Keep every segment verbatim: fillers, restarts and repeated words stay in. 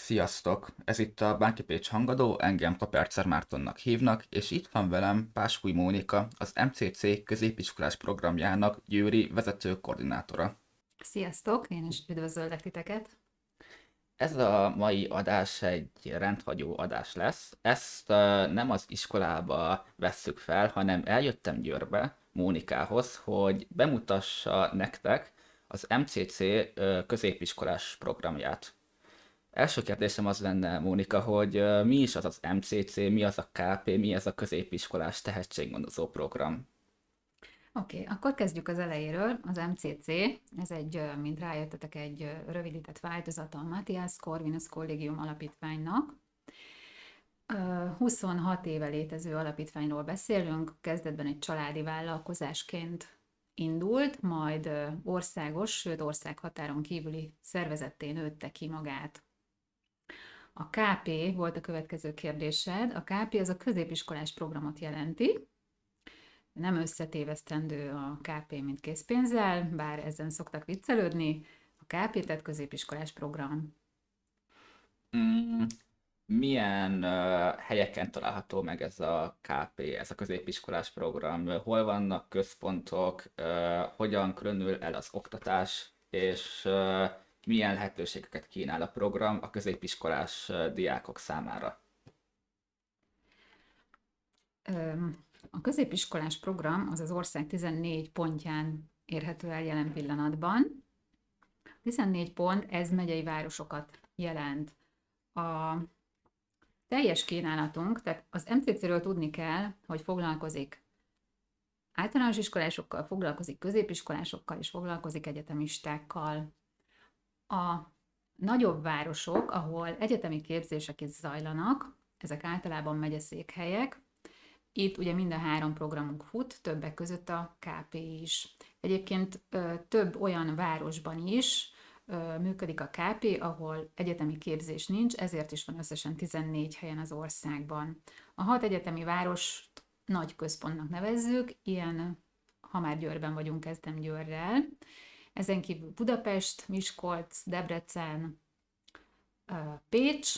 Sziasztok! Ez itt a Bánki Pécs Hangadó, engem Tapercer Mártonnak hívnak, és itt van velem Páskúj Mónika, az em cé cé középiskolás programjának győri vezető koordinátora. Sziasztok, én is üdvözöllek titeket. Ez a mai adás egy rendhagyó adás lesz. Ezt uh, nem az iskolába vesszük fel, hanem eljöttem Győrbe Mónikához, hogy bemutassa nektek az em cé cé uh, középiskolás programját. Első kérdésem az lenne, Mónika, hogy ö, mi is az az em cé cé, mi az a ká pé, mi ez a középiskolás tehetséggondozó program? Oké, okay, akkor kezdjük az elejéről. Az em cé cé, ez egy, ö, mint rájöttetek, egy ö, rövidített változata a Matthias Corvinus Collegium alapítványnak. Ö, huszonhat éve létező alapítványról beszélünk, kezdetben egy családi vállalkozásként indult, majd ö, országos, sőt országhatáron kívüli szervezetté nőtte ki magát. A ká pé volt a következő kérdésed. A ká pé az a középiskolás programot jelenti. Nem összetévesztendő a ká pé, mint készpénzzel, bár ezen szoktak viccelődni. A ká pé, tehát középiskolás program. Mm, milyen ö, helyeken található meg ez a ká pé, ez a középiskolás program? Hol vannak központok, ö, hogyan különül el az oktatás, és ö, milyen lehetőségeket kínál a program a középiskolás ö, diákok számára? A középiskolás program az az ország tizennégy pontján érhető el jelen pillanatban. tizennégy pont, ez megyei városokat jelent. A teljes kínálatunk, tehát az em cé cé-ről tudni kell, hogy foglalkozik általános iskolásokkal, foglalkozik középiskolásokkal és foglalkozik egyetemistákkal. A nagyobb városok, ahol egyetemi képzések is zajlanak, ezek általában megyeszékhelyek. Itt ugye mind a három programunk fut, többek között a ká pé is. Egyébként több olyan városban is működik a ká pé, ahol egyetemi képzés nincs, ezért is van összesen tizennégy helyen az országban. A hat egyetemi várost nagy központnak nevezzük, ilyen, ha már Győrben vagyunk, kezdem Győrrel. Ezen kívül Budapest, Miskolc, Debrecen, Pécs,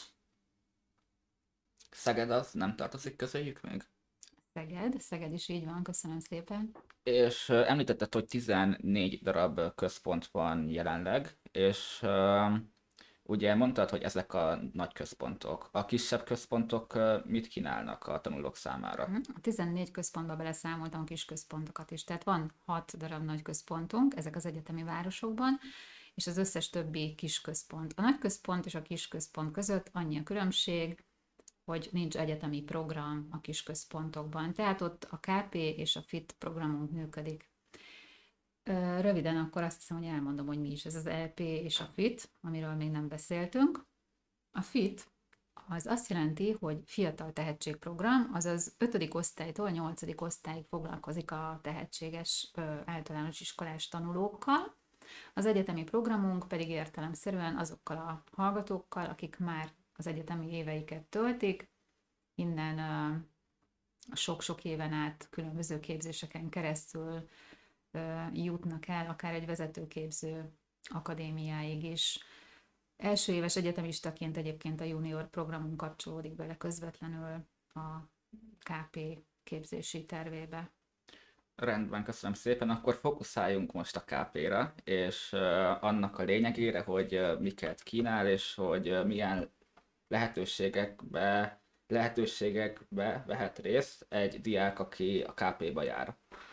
Szeged az nem tartozik közöljük még? Szeged, Szeged is így van, köszönöm szépen. És ö, említetted, hogy tizennégy darab ö, központ van jelenleg, és ö, ugye mondtad, hogy ezek a nagy központok. A kisebb központok ö, mit kínálnak a tanulók számára? A tizennégy központba beleszámoltam kis központokat is, tehát van hat darab nagy központunk, ezek az egyetemi városokban, és az összes többi kis központ. A nagy központ és a kis központ között annyi a különbség, hogy nincs egyetemi program a kis központokban. Tehát ott a ká pé és a fit programunk működik. Röviden akkor azt hiszem, hogy elmondom, hogy mi is ez az el pé és a fit, amiről még nem beszéltünk. A fit az azt jelenti, hogy fiatal tehetségprogram, azaz ötödik osztálytól nyolcadik osztályig foglalkozik a tehetséges általános iskolás tanulókkal. Az egyetemi programunk pedig értelemszerűen azokkal a hallgatókkal, akik már az egyetemi éveiket töltik, innen a sok-sok éven át különböző képzéseken keresztül jutnak el, akár egy vezetőképző akadémiáig is. Első éves egyetemistaként egyébként a junior programunk kapcsolódik bele közvetlenül a ká pé képzési tervébe. Rendben, köszönöm szépen. Akkor fókuszáljunk most a ká pé-re, és ö, annak a lényegére, hogy ö, miket kínál, és hogy ö, milyen lehetőségekbe, lehetőségekbe vehet részt egy diák, aki a ká pé-ba jár.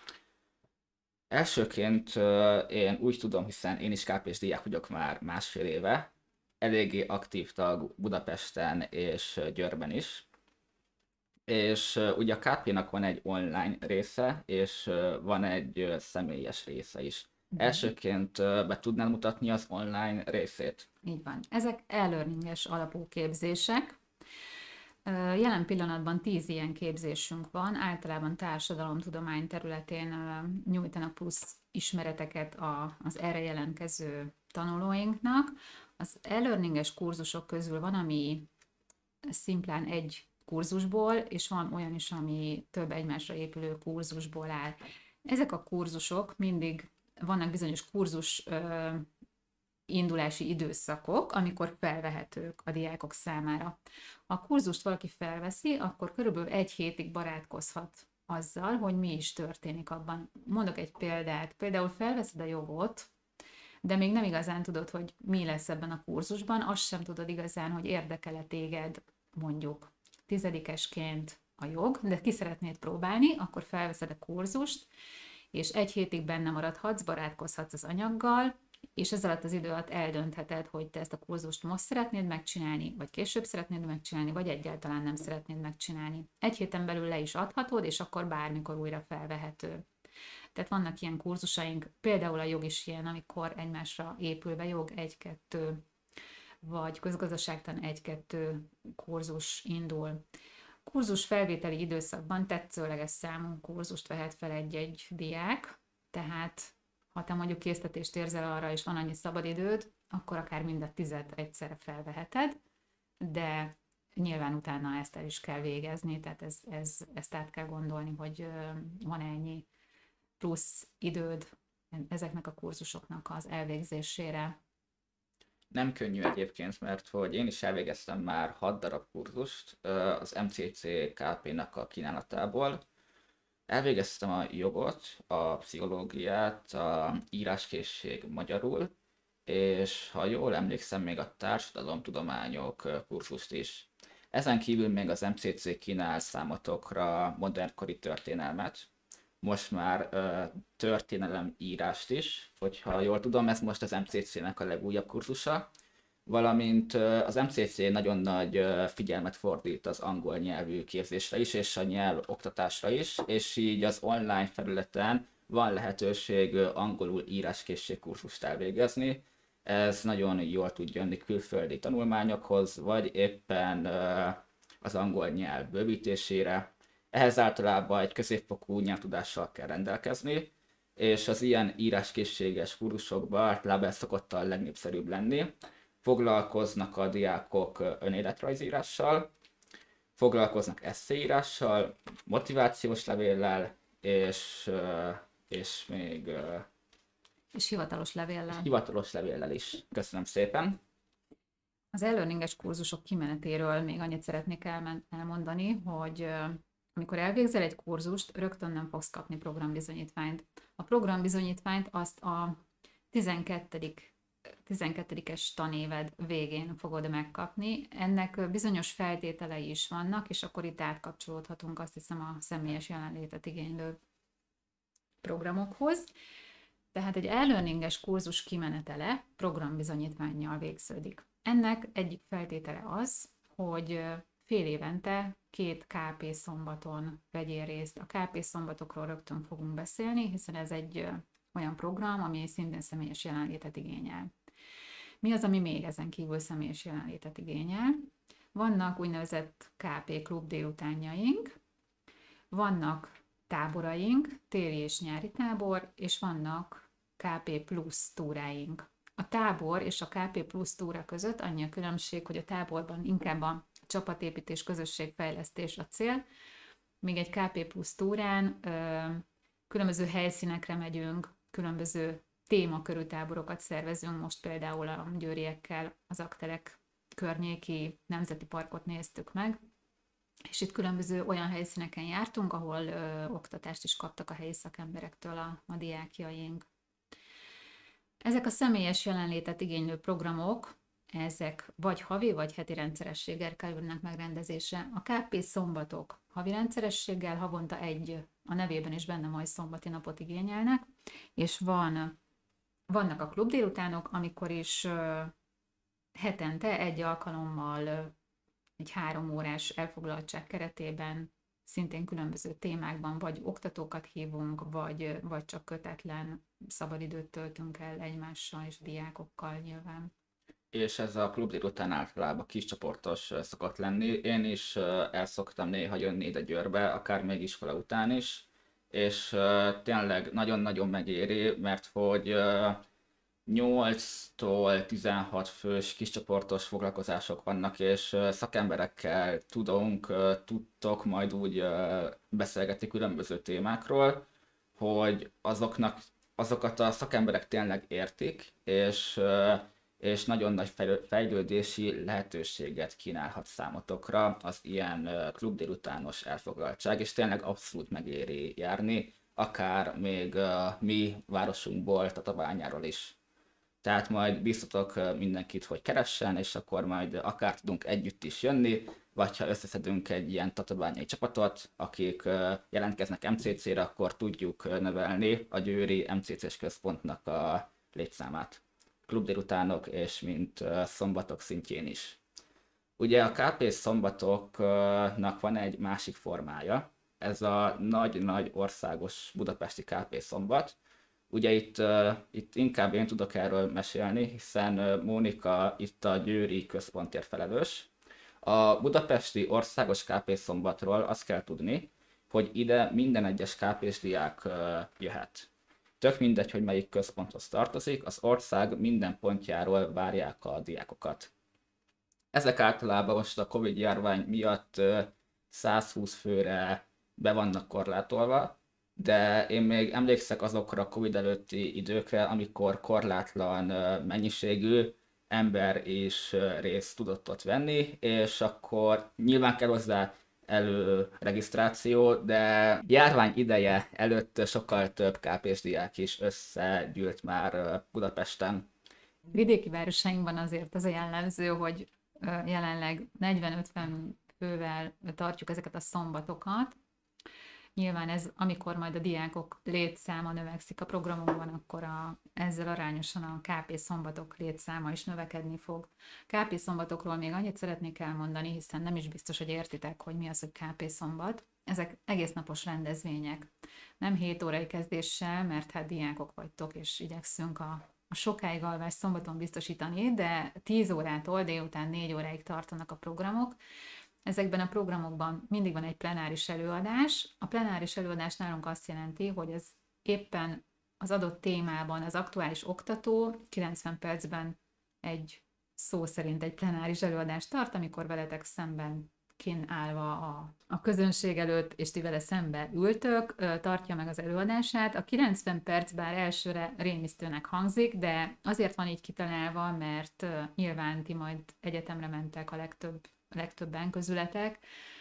Elsőként ö, én úgy tudom, hiszen én is ká pés diák vagyok már másfél éve, eléggé aktív tag Budapesten és ö, Győrben is. És ö, ugye a ká pé-nak van egy online része, és ö, van egy ö, személyes része is. Uh-huh. Elsőként ö, be tudnál mutatni az online részét? Így van. Ezek e-learninges alapú képzések. Jelen pillanatban tíz ilyen képzésünk van, általában társadalomtudomány területén nyújtanak plusz ismereteket az erre jelentkező tanulóinknak. Az e-learninges kurzusok közül van, ami szimplán egy kurzusból, és van olyan is, ami több egymásra épülő kurzusból áll. Ezek a kurzusok mindig vannak bizonyos kurzus indulási időszakok, amikor felvehetők a diákok számára. Ha a kurzust valaki felveszi, akkor körülbelül egy hétig barátkozhat azzal, hogy mi is történik abban. Mondok egy példát. Például felveszed a jogot, de még nem igazán tudod, hogy mi lesz ebben a kurzusban, azt sem tudod igazán, hogy érdekel-e téged mondjuk tizedikesként a jog, de ki szeretnéd próbálni, akkor felveszed a kurzust, és egy hétig benne maradhatsz, barátkozhatsz az anyaggal, és ez alatt az idő alatt eldöntheted, hogy te ezt a kurzust most szeretnéd megcsinálni, vagy később szeretnéd megcsinálni, vagy egyáltalán nem szeretnéd megcsinálni. Egy héten belül le is adhatod, és akkor bármikor újra felvehető. Tehát vannak ilyen kurzusaink, például a jog is ilyen, amikor egymásra épülve jog egy-kettő, vagy közgazdaságtan egy-kettő kurzus indul. Kurzus felvételi időszakban tetszőleges számú kurzust vehet fel egy-egy diák, tehát ha te mondjuk késztetést érzel arra, és van annyi szabadidőd, akkor akár mind a tizet egyszerre felveheted, de nyilván utána ezt el is kell végezni, tehát ez, ez, ezt át kell gondolni, hogy van ennyi plusz időd ezeknek a kurzusoknak az elvégzésére. Nem könnyű egyébként, mert hogy én is elvégeztem már hat darab kurzust az em cé cé ká pé-nek a kínálatából. Elvégeztem a jogot, a pszichológiát, a íráskészség magyarul, és ha jól emlékszem, még a társadalomtudományok kurzust is. Ezen kívül még az em cé cé kínál számotokra modernkori történelmet, most már ö, történelem írást is, hogyha jól tudom, ez most az em cé cé-nek a legújabb kurzusa, valamint ö, az em cé cé nagyon nagy ö, figyelmet fordít az angol nyelvű képzésre is, és a nyelv oktatásra is, és így az online felületen van lehetőség ö, angolul íráskészség kurzust elvégezni. Ez nagyon jól tud jönni külföldi tanulmányokhoz, vagy éppen ö, az angol nyelv bővítésére. Ehhez általában egy középfokú nyelvtudással kell rendelkezni, és az ilyen íráskészséges kurzusokban általában ez szokott a legnépszerűbb lenni. Foglalkoznak a diákok önéletrajzírással, foglalkoznak esszéírással, motivációs levéllel, és, és még És hivatalos levéllel. hivatalos levéllel is. Köszönöm szépen! Az e-learninges kurzusok kimenetéről még annyit szeretnék elmen- elmondani, hogy amikor elvégzel egy kurzust, rögtön nem fogsz kapni programbizonyítványt. A programbizonyítványt azt a tizenkettedik tizenkettedikes tanéved végén fogod megkapni. Ennek bizonyos feltételei is vannak, és akkor itt átkapcsolódhatunk, azt hiszem, a személyes jelenlétet igénylő programokhoz. Tehát egy e-learninges kurzus kimenetele programbizonyítvánnyal végződik. Ennek egyik feltétele az, hogy fél évente két ká pé szombaton vegyél részt. A ká pé szombatokról rögtön fogunk beszélni, hiszen ez egy olyan program, ami szintén személyes jelenlétet igényel. Mi az, ami még ezen kívül személyes jelenlétet igényel? Vannak úgynevezett ká pé klub délutánjaink, vannak táboraink, téli és nyári tábor, és vannak ká pé plusz túráink. A tábor és a ká pé plusz túra között annyi a különbség, hogy a táborban inkább a csapatépítés, közösségfejlesztés a cél, míg egy ká pé plusz túrán ö, különböző helyszínekre megyünk, különböző témakörű táborokat szervezünk, most például a győriekkel az Aktelek környéki nemzeti parkot néztük meg, és itt különböző olyan helyszíneken jártunk, ahol ö, oktatást is kaptak a helyi szakemberektől a, a diákjaink. Ezek a személyes jelenlétet igénylő programok, ezek vagy havi, vagy heti rendszerességgel kerülnek megrendezésre. A ká pé szombatok havi rendszerességgel, havonta egy, a nevében is benne majd szombati napot igényelnek, és van, vannak a klub délutánok, amikor is uh, hetente egy alkalommal uh, egy három órás elfoglaltság keretében szintén különböző témákban vagy oktatókat hívunk, vagy, vagy csak kötetlen szabadidőt töltünk el egymással és diákokkal nyilván. És ez a klub délután általában kiscsoportos szokott lenni. Én is el szoktam néha jönni ide Győrbe, akár még iskola után is, és tényleg nagyon-nagyon megéri, mert hogy nyolctól tizenhat fős kiscsoportos foglalkozások vannak, és szakemberekkel tudunk, tudtok majd úgy beszélgetni különböző témákról, hogy azoknak, azokat a szakemberek tényleg értik, és és nagyon nagy fejlődési lehetőséget kínálhat számotokra az ilyen klub délutános elfoglaltság, és tényleg abszolút megéri járni, akár még mi városunkból, Tatabányáról is. Tehát majd biztatok mindenkit, hogy keressen, és akkor majd akár tudunk együtt is jönni, vagy ha összeszedünk egy ilyen tatabányai csapatot, akik jelentkeznek em cé cére, akkor tudjuk növelni a győri em cé cés központnak a létszámát. Klub délutánok és mint szombatok szintjén is. Ugye a ká pé szombatoknak van egy másik formája, ez a nagy-nagy országos budapesti ká pé szombat. Ugye itt, uh, itt inkább én tudok erről mesélni, hiszen uh, Mónika itt a győri központért felelős. A budapesti országos ká pé szombatról azt kell tudni, hogy ide minden egyes ká pés diák uh, jöhet. Tök mindegy, hogy melyik központhoz tartozik, az ország minden pontjáról várják a diákokat. Ezek általában most a Covid járvány miatt uh, százhúsz főre be vannak korlátolva, de én még emlékszek azokra a Covid előtti időkre, amikor korlátlan mennyiségű ember is részt tudott ott venni, és akkor nyilván kell hozzá előregisztráció, de járvány ideje előtt sokkal több ká pés diák is összegyűlt már Budapesten. Vidéki városainkban azért az a jellemző, hogy jelenleg negyven-ötven fővel tartjuk ezeket a szombatokat. Nyilván ez, amikor majd a diákok létszáma növekszik a programunkban, akkor a, ezzel arányosan a ká pé szombatok létszáma is növekedni fog. ká pé szombatokról még annyit szeretnék elmondani, hiszen nem is biztos, hogy értitek, hogy mi az, hogy ká pé szombat. Ezek egésznapos rendezvények. Nem hét órai kezdéssel, mert hát diákok vagytok, és igyekszünk a, a sokáig alvás szombaton biztosítani, de tíz órától délután négy óráig tartanak a programok. Ezekben a programokban mindig van egy plenáris előadás. A plenáris előadás nálunk azt jelenti, hogy ez éppen az adott témában az aktuális oktató kilencven percben egy szó szerint egy plenáris előadást tart, amikor veletek szemben kinn állva a, a közönség előtt, és ti vele szembe ültök, tartja meg az előadását. A kilencven perc bár elsőre rémisztőnek hangzik, de azért van így kitalálva, mert nyilván ti majd egyetemre mentek a legtöbb legtöbben közületek,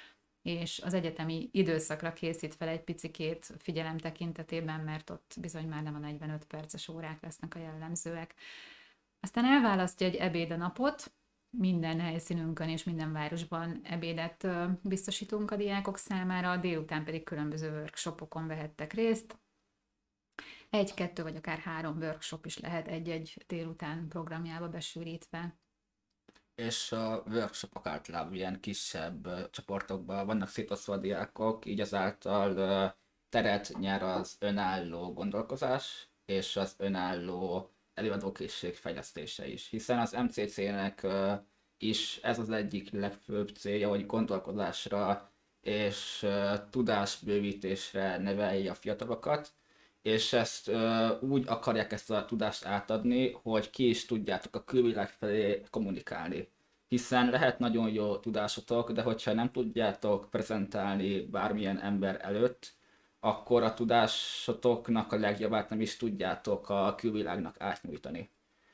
és az egyetemi időszakra készít fel egy picikét figyelem tekintetében, mert ott bizony már nem a negyvenöt perces órák lesznek a jellemzőek. Aztán elválasztja egy ebédanapot, minden helyszínünkön és minden városban ebédet biztosítunk a diákok számára, délután pedig különböző workshopokon vehettek részt. Egy, kettő vagy akár három workshop is lehet egy-egy délután programjába besűrítve. És a workshopok általában ilyen kisebb uh, csoportokban vannak szétosztva a diákok, így azáltal uh, teret nyer az önálló gondolkozás és az önálló előadókészség fejlesztése is. Hiszen az em cé cének uh, is ez az egyik legfőbb célja, hogy gondolkodásra és uh, tudásbővítésre nevelje a fiatalokat, és ezt uh, úgy akarják ezt a tudást átadni, hogy ki is tudjátok a külvilág felé kommunikálni. Hiszen lehet nagyon jó tudásotok, de hogyha nem tudjátok prezentálni bármilyen ember előtt, akkor a tudásotoknak a legjobbát nem is tudjátok a külvilágnak átnyújtani.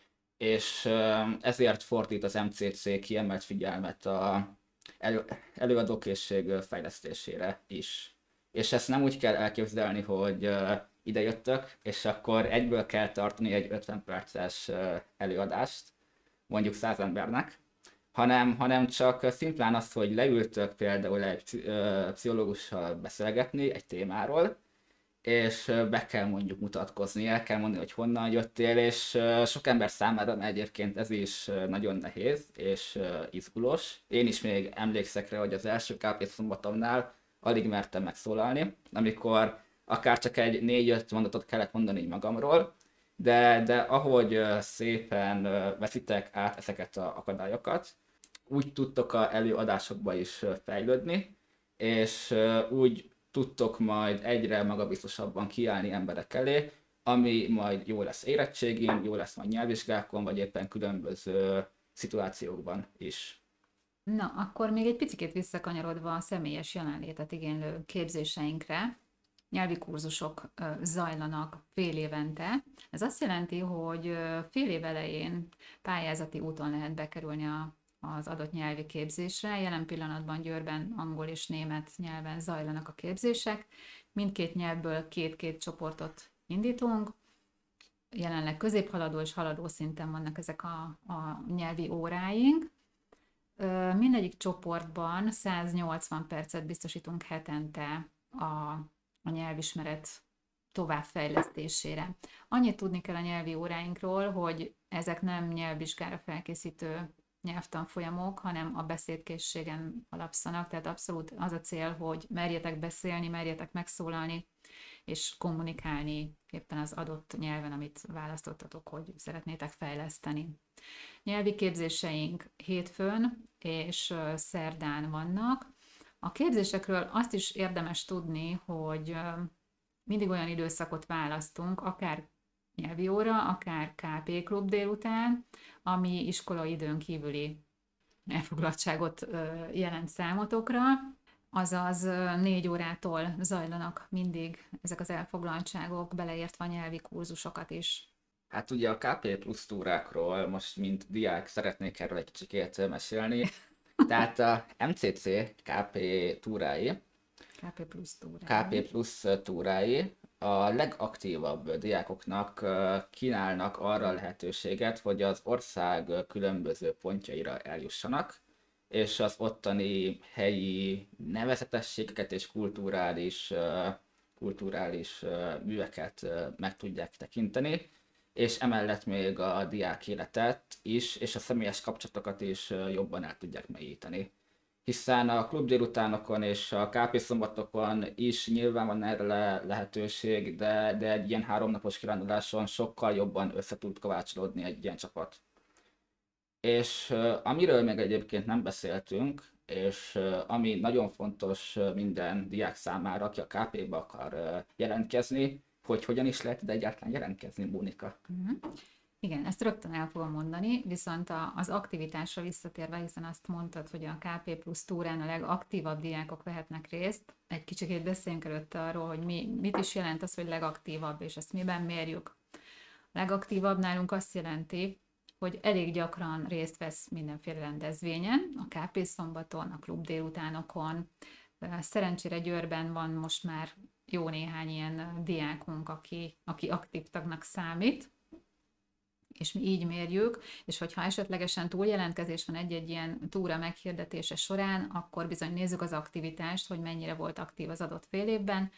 És uh, ezért fordít az em cé cé kiemelt figyelmet a elő, előadókészség fejlesztésére is. És ezt nem úgy kell elképzelni, hogy uh, ide jöttök, és akkor egyből kell tartani egy ötven perces előadást, mondjuk száz embernek, hanem, hanem csak szimplán az, hogy leültök például egy pszichológussal beszélgetni egy témáról, és be kell mondjuk mutatkozni, el kell mondani, hogy honnan jöttél, és sok ember számára egyébként ez is nagyon nehéz és izgulós. Én is még emlékszek rá, hogy az első ká pé szombatomnál alig mertem megszólalni, amikor akár csak egy négy-öt mondatot kellett mondani magamról, de, de ahogy szépen veszitek át ezeket az akadályokat, úgy tudtok a előadásokba is fejlődni, és úgy tudtok majd egyre magabiztosabban kiállni emberek elé, ami majd jó lesz érettségén, jó lesz majd nyelvvizsgákon, vagy éppen különböző szituációkban is. Na, akkor még egy picit visszakanyarodva a személyes jelenlétet igénylő képzéseinkre, nyelvi kurzusok zajlanak fél évente. Ez azt jelenti, hogy fél év elején pályázati úton lehet bekerülni a, az adott nyelvi képzésre. Jelen pillanatban Győrben angol és német nyelven zajlanak a képzések. Mindkét nyelvből két-két csoportot indítunk. Jelenleg középhaladó és haladó szinten vannak ezek a, a nyelvi óráink. Mindegyik csoportban száznyolcvan percet biztosítunk hetente a, a nyelvismeret továbbfejlesztésére. Annyit tudni kell a nyelvi óráinkról, hogy ezek nem nyelvvizsgára felkészítő nyelvtanfolyamok, hanem a beszédkészségen alapszanak, tehát abszolút az a cél, hogy merjetek beszélni, merjetek megszólalni, és kommunikálni éppen az adott nyelven, amit választottatok, hogy szeretnétek fejleszteni. Nyelvi képzéseink hétfőn és szerdán vannak. A képzésekről azt is érdemes tudni, hogy mindig olyan időszakot választunk, akár nyelvi óra, akár ká pé klub délután, ami iskolai időn kívüli elfoglaltságot jelent számotokra. Azaz négy órától zajlanak mindig ezek az elfoglaltságok, beleértve a nyelvi kurzusokat is. Hát ugye a ká pé plusz túrákról most, mint diák, szeretnék erről egy kicsikét mesélni. Tehát a em cé cé ká pé túrái, ká pé plusz túrái. ká pé plusz túrái a legaktívabb diákoknak kínálnak arra lehetőséget, hogy az ország különböző pontjaira eljussanak, és az ottani helyi nevezetességeket és kulturális, kulturális műveket meg tudják tekinteni, és emellett még a diák életet is, és a személyes kapcsolatokat is jobban el tudják mélyíteni. Hiszen a klub délutánokon és a ká pé szombatokon is nyilván van erre lehetőség, de, de egy ilyen háromnapos kiránduláson sokkal jobban össze tud kovácsolódni egy ilyen csapat. És amiről még egyébként nem beszéltünk, és ami nagyon fontos minden diák számára, aki a ká pébe akar jelentkezni, hogy hogyan is lehet ide egyáltalán jelentkezni, Mónika? Uh-huh. Igen, ezt rögtön el fogom mondani, viszont a, az aktivitásra visszatérve, hiszen azt mondtad, hogy a ká pé plusz túrán a legaktívabb diákok vehetnek részt. Egy kicsit beszéljünk előtte arról, hogy mi, mit is jelent az, hogy legaktívabb, és ezt miben mérjük. A legaktívabb nálunk azt jelenti, hogy elég gyakran részt vesz mindenféle rendezvényen, a ká pé szombaton, a klub délutánokon. Szerencsére Győrben van most már jó néhány ilyen diákunk, aki, aki aktív tagnak számít, és mi így mérjük, és hogyha esetlegesen túljelentkezés van egy-egy ilyen túra meghirdetése során, akkor bizony nézzük az aktivitást, hogy mennyire volt aktív az adott fél évben,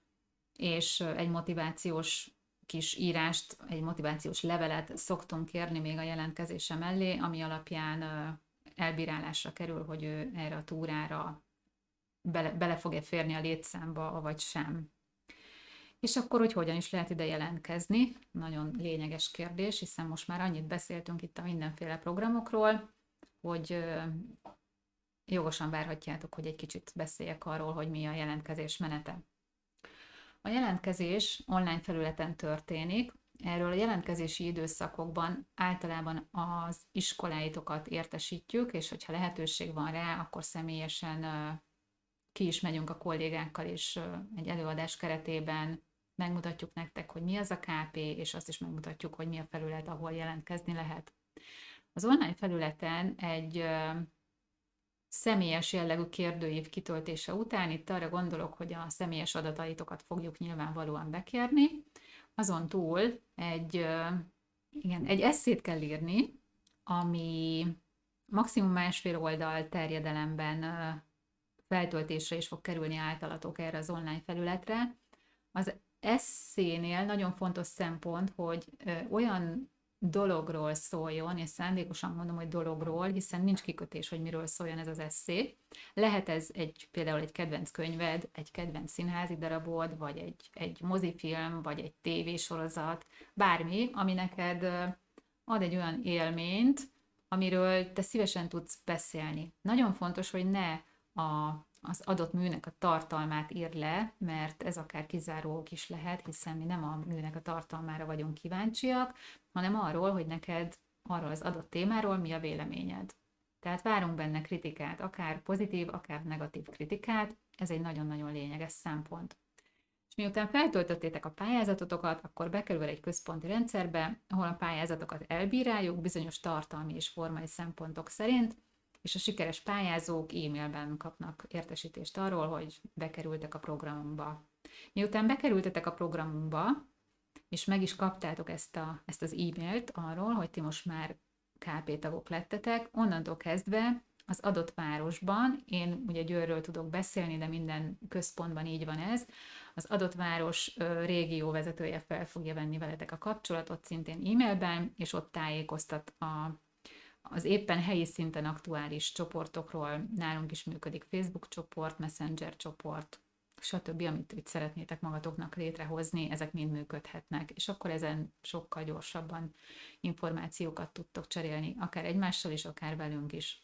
és egy motivációs kis írást, egy motivációs levelet szoktunk kérni még a jelentkezése mellé, ami alapján elbírálásra kerül, hogy ő erre a túrára bele, bele fog-e férni a létszámba, vagy sem. És akkor, hogy hogyan is lehet ide jelentkezni, nagyon lényeges kérdés, hiszen most már annyit beszéltünk itt a mindenféle programokról, hogy jogosan várhatjátok, hogy egy kicsit beszéljek arról, hogy mi a jelentkezés menete. A jelentkezés online felületen történik, erről a jelentkezési időszakokban általában az iskoláitokat értesítjük, és hogyha lehetőség van rá, akkor személyesen ki is megyünk a kollégákkal, és egy előadás keretében megmutatjuk nektek, hogy mi az a ká pé, és azt is megmutatjuk, hogy mi a felület, ahol jelentkezni lehet. Az online felületen egy személyes jellegű kérdőív kitöltése után, itt arra gondolok, hogy a személyes adataitokat fogjuk nyilvánvalóan bekérni, azon túl egy, igen, egy esszét kell írni, ami maximum másfél oldal terjedelemben feltöltésre is fog kerülni általatok erre az online felületre. Az esszénél nagyon fontos szempont, hogy olyan dologról szóljon, és szándékosan mondom, hogy dologról, hiszen nincs kikötés, hogy miről szóljon ez az esszé. Lehet ez egy, például egy kedvenc könyved, egy kedvenc színházi darabod, vagy egy, egy mozifilm, vagy egy tévésorozat, bármi, ami neked ad egy olyan élményt, amiről te szívesen tudsz beszélni. Nagyon fontos, hogy ne a, az adott műnek a tartalmát írd le, mert ez akár kizárók is lehet, hiszen mi nem a műnek a tartalmára vagyunk kíváncsiak, hanem arról, hogy neked arról az adott témáról mi a véleményed. Tehát várunk benne kritikát, akár pozitív, akár negatív kritikát, ez egy nagyon-nagyon lényeges szempont. És miután feltöltöttétek a pályázatotokat, akkor bekerül egy központi rendszerbe, ahol a pályázatokat elbíráljuk bizonyos tartalmi és formai szempontok szerint, és a sikeres pályázók e-mailben kapnak értesítést arról, hogy bekerültek a programunkba. Miután bekerültetek a programunkba, és meg is kaptátok ezt, a, ezt az e-mailt arról, hogy ti most már ká pé tagok lettetek, onnantól kezdve az adott városban, én ugye Győrről tudok beszélni, de minden központban így van ez, az adott város ö, régió vezetője fel fogja venni veletek a kapcsolatot, szintén e-mailben, és ott tájékoztat a, az éppen helyi szinten aktuális csoportokról. Nálunk is működik Facebook csoport, Messenger csoport, stb., amit itt szeretnétek magatoknak létrehozni, ezek mind működhetnek, és akkor ezen sokkal gyorsabban információkat tudtok cserélni, akár egymással is, akár velünk is.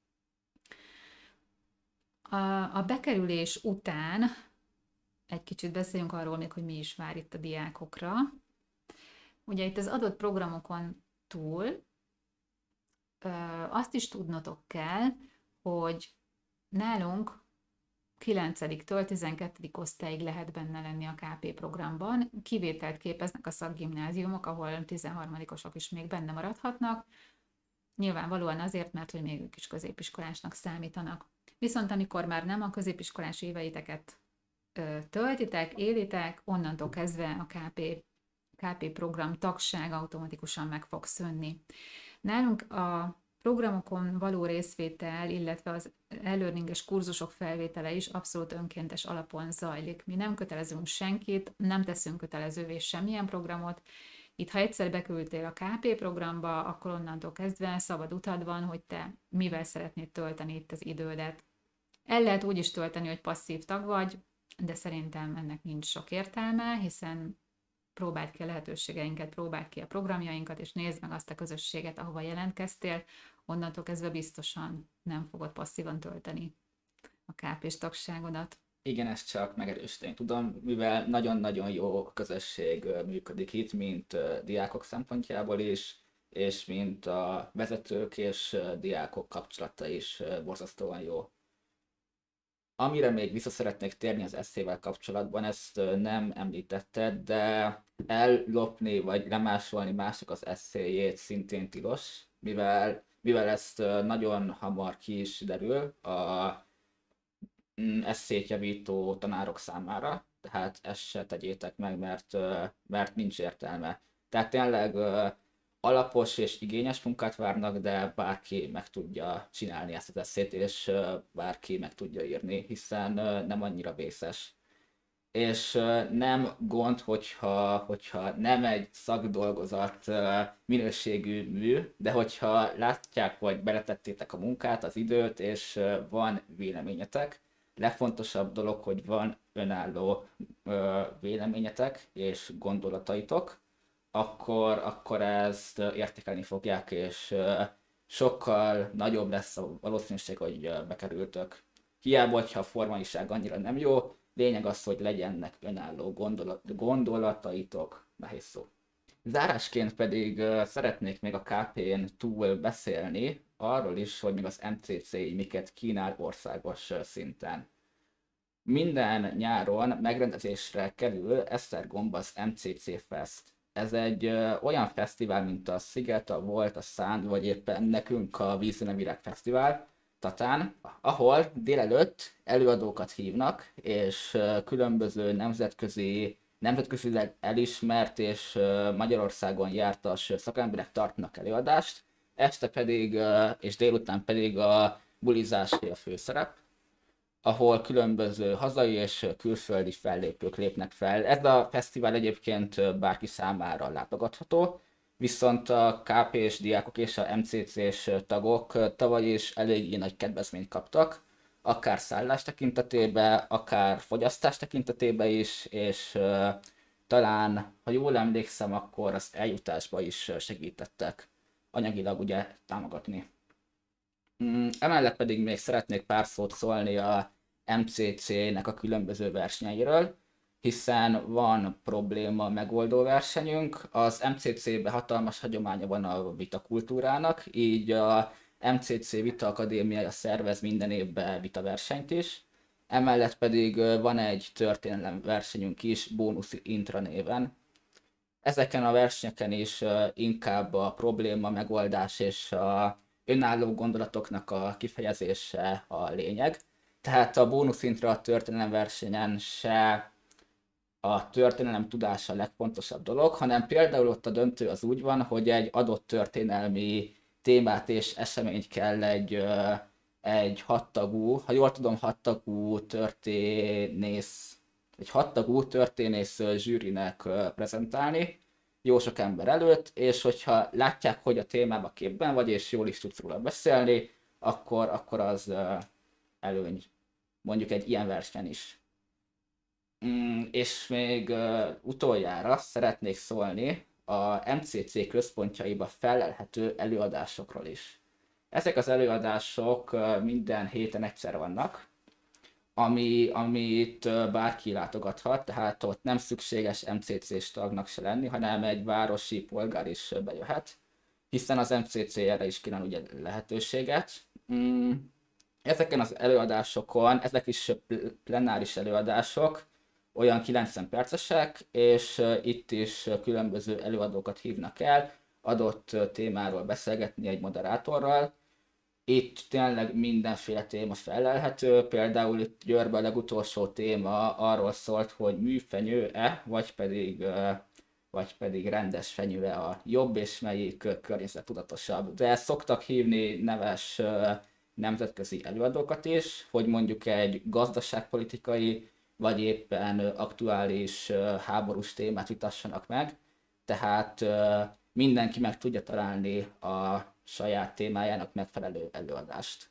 A, a bekerülés után egy kicsit beszéljünk arról még, hogy mi is vár itt a diákokra. Ugye itt az adott programokon túl ö, azt is tudnotok kell, hogy nálunk kilencediktől tizenkettedik osztályig lehet benne lenni a ká pé programban. Kivételt képeznek a szakgimnáziumok, ahol tizenharmadikosok is még benne maradhatnak. Nyilvánvalóan azért, mert hogy még ők is középiskolásnak számítanak. Viszont amikor már nem a középiskolás éveiteket ö, töltitek, élitek, onnantól kezdve a ká pé, ká pé program tagság automatikusan meg fog szűnni. Nálunk a programokon való részvétel, illetve az e-learninges kurzusok felvétele is abszolút önkéntes alapon zajlik. Mi nem kötelezünk senkit, nem teszünk kötelezővé semmilyen programot. Itt, ha egyszer beküldtél a ká pé programba, akkor onnantól kezdve szabad utad van, hogy te mivel szeretnéd tölteni itt az idődet. El lehet úgy is tölteni, hogy passzív tag vagy, de szerintem ennek nincs sok értelme, hiszen próbáld ki a lehetőségeinket, próbáld ki a programjainkat, és nézd meg azt a közösséget, ahova jelentkeztél, onnantól kezdve biztosan nem fogod passzívan tölteni a ká pés tagságodat. Igen, ezt csak megerősíteni tudom, mivel nagyon-nagyon jó közösség működik itt, mint diákok szempontjából is, és mint a vezetők és diákok kapcsolata is borzasztóan jó. Amire még vissza szeretnék térni az eszével kapcsolatban, ezt nem említetted, de ellopni vagy lemásolni mások az eszéjét szintén tilos, mivel, mivel ezt nagyon hamar ki is derül a eszét javító tanárok számára, tehát ezt se tegyétek meg, mert, mert nincs értelme. Tehát tényleg alapos és igényes munkát várnak, de bárki meg tudja csinálni ezt az eszét, és bárki meg tudja írni, hiszen nem annyira vészes. És nem gond, hogyha, hogyha nem egy szakdolgozat minőségű mű, de hogyha látják, hogy beletettétek a munkát, az időt, és van véleményetek, legfontosabb dolog, hogy van önálló véleményetek és gondolataitok, akkor, akkor ezt értékelni fogják, és sokkal nagyobb lesz a valószínűség, hogy bekerültök. Hiába, hogyha a formaiság annyira nem jó, lényeg az, hogy legyenek önálló gondolat, gondolataitok, nehéz szó. Zárásként pedig szeretnék még a ká pén túl beszélni arról is, hogy még az em cé cé miket kínál országos szinten. Minden nyáron megrendezésre kerül Esztergomba az em cé cé Fest. Ez egy ö, olyan fesztivál, mint a Sziget, a Volt, a Szánd, vagy éppen nekünk a Vízünevirág Fesztivál, Tatán, ahol délelőtt előadókat hívnak, és ö, különböző nemzetközi, nemzetközileg elismert és ö, Magyarországon jártas szakemberek tartnak előadást, este pedig, ö, és délután pedig a bulizás a főszerep, ahol különböző hazai és külföldi fellépők lépnek fel. Ez a fesztivál egyébként bárki számára látogatható, viszont a ká pés diákok és a em cé cés tagok tavaly is eléggé nagy kedvezményt kaptak, akár szállás tekintetében, akár fogyasztás tekintetében is, és uh, talán, ha jól emlékszem, akkor az eljutásba is segítettek anyagilag ugye támogatni. Mm, Emellett pedig még szeretnék pár szót szólni a em cé cének a különböző versenyeiről, hiszen van probléma megoldó versenyünk. Az em cé cében hatalmas hagyománya van a vitakultúrának, így a em cé cé Vita Akadémiája szervez minden évben vitaversenyt is. Emellett pedig van egy történelem versenyünk is, Bónusz Intra néven. Ezeken a versenyeken is inkább a probléma megoldás és a önálló gondolatoknak a kifejezése a lényeg. Tehát a Bónusz Intra a történelem versenyen se a történelem tudása a legfontosabb dolog, hanem például ott a döntő az úgy van, hogy egy adott történelmi témát és eseményt kell egy, egy hattagú, ha jól tudom, hattagú történész, egy hattagú történész zsűrinek prezentálni, jó sok ember előtt, és hogyha látják, hogy a témában képben vagy, és jól is tudsz róla beszélni, akkor, akkor az előny, mondjuk egy ilyen versenyen is. Mm, és még uh, utoljára szeretnék szólni a em cé cé központjaiba felelhető előadásokról is. Ezek az előadások uh, minden héten egyszer vannak, ami, amit uh, bárki látogathat, tehát ott nem szükséges em cé cés tagnak se lenni, hanem egy városi polgár is bejöhet, hiszen az em cé cé erre is kínál ugye lehetőséget. Mm, ezeken az előadásokon, ezek is plenáris előadások, olyan kilencven percesek, és uh, itt is uh, különböző előadókat hívnak el, adott uh, témáról beszélgetni egy moderátorral. Itt tényleg mindenféle téma felelhető, például itt Győrben a legutolsó téma arról szólt, hogy műfenyő-e, vagy pedig, uh, vagy pedig rendes fenyő-e a jobb, és melyik uh, környezettudatosabb. De szoktak hívni neves uh, nemzetközi előadókat is, hogy mondjuk egy gazdaságpolitikai vagy éppen aktuális háborús témát vitassanak meg, tehát mindenki meg tudja találni a saját témájának megfelelő előadást.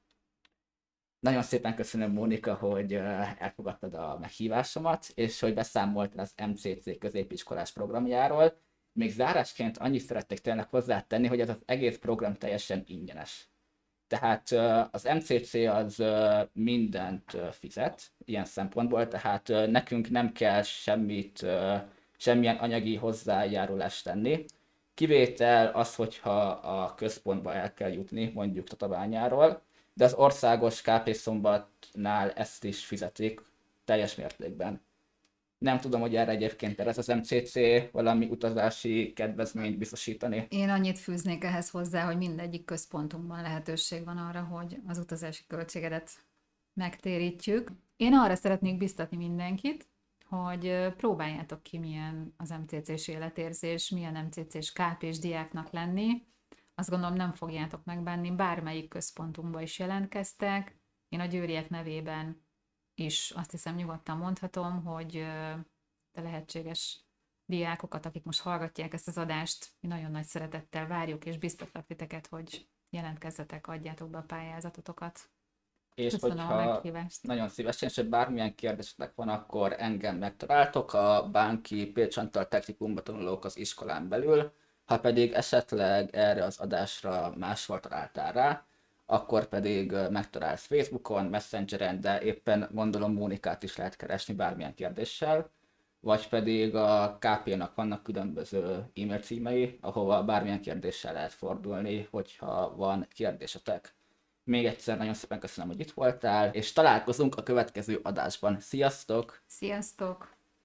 Nagyon szépen köszönöm, Mónika, hogy elfogadtad a meghívásomat, és hogy beszámoltál az em cé cé középiskolás programjáról. Még zárásként annyit szeretnék tényleg hozzátenni, hogy ez az egész program teljesen ingyenes. Tehát az em cé cé az mindent fizet ilyen szempontból, tehát nekünk nem kell semmit, semmilyen anyagi hozzájárulást tenni. Kivétel az, hogyha a központba el kell jutni, mondjuk Tatabányáról, de az országos ká pé Szombatnál ezt is fizetik teljes mértékben. Nem tudom, hogy erre egyébként tervez az em cé cé valami utazási kedvezményt biztosítani. Én annyit fűznék ehhez hozzá, hogy mindegyik központunkban lehetőség van arra, hogy az utazási költségedet megtérítjük. Én arra szeretnék biztatni mindenkit, hogy próbáljátok ki, milyen az em cé cés életérzés, milyen em cé cés ká pés diáknak lenni. Azt gondolom, nem fogjátok megbánni, bármelyik központunkba is jelentkeztek. Én a győriek nevében is azt hiszem nyugodtan mondhatom, hogy a lehetséges diákokat, akik most hallgatják ezt az adást, mi nagyon nagy szeretettel várjuk, és biztatlak titeket, hogy jelentkezzetek, adjátok be a pályázatotokat. És Köszönöm a hogyha meghívást. nagyon szívesen, és ha bármilyen kérdésetek van, akkor engem megtaláltok a Bánki Pécs Antal Technikumban tanulók az iskolán belül, ha pedig esetleg erre az adásra máshol találtál rá, akkor pedig megtalálsz Facebookon, Messengeren, de éppen gondolom Mónikát is lehet keresni bármilyen kérdéssel, vagy pedig a ká pénak vannak különböző e-mail címei, ahova bármilyen kérdéssel lehet fordulni, hogyha van kérdésetek. Még egyszer nagyon szépen köszönöm, hogy itt voltál, és találkozunk a következő adásban. Sziasztok! Sziasztok!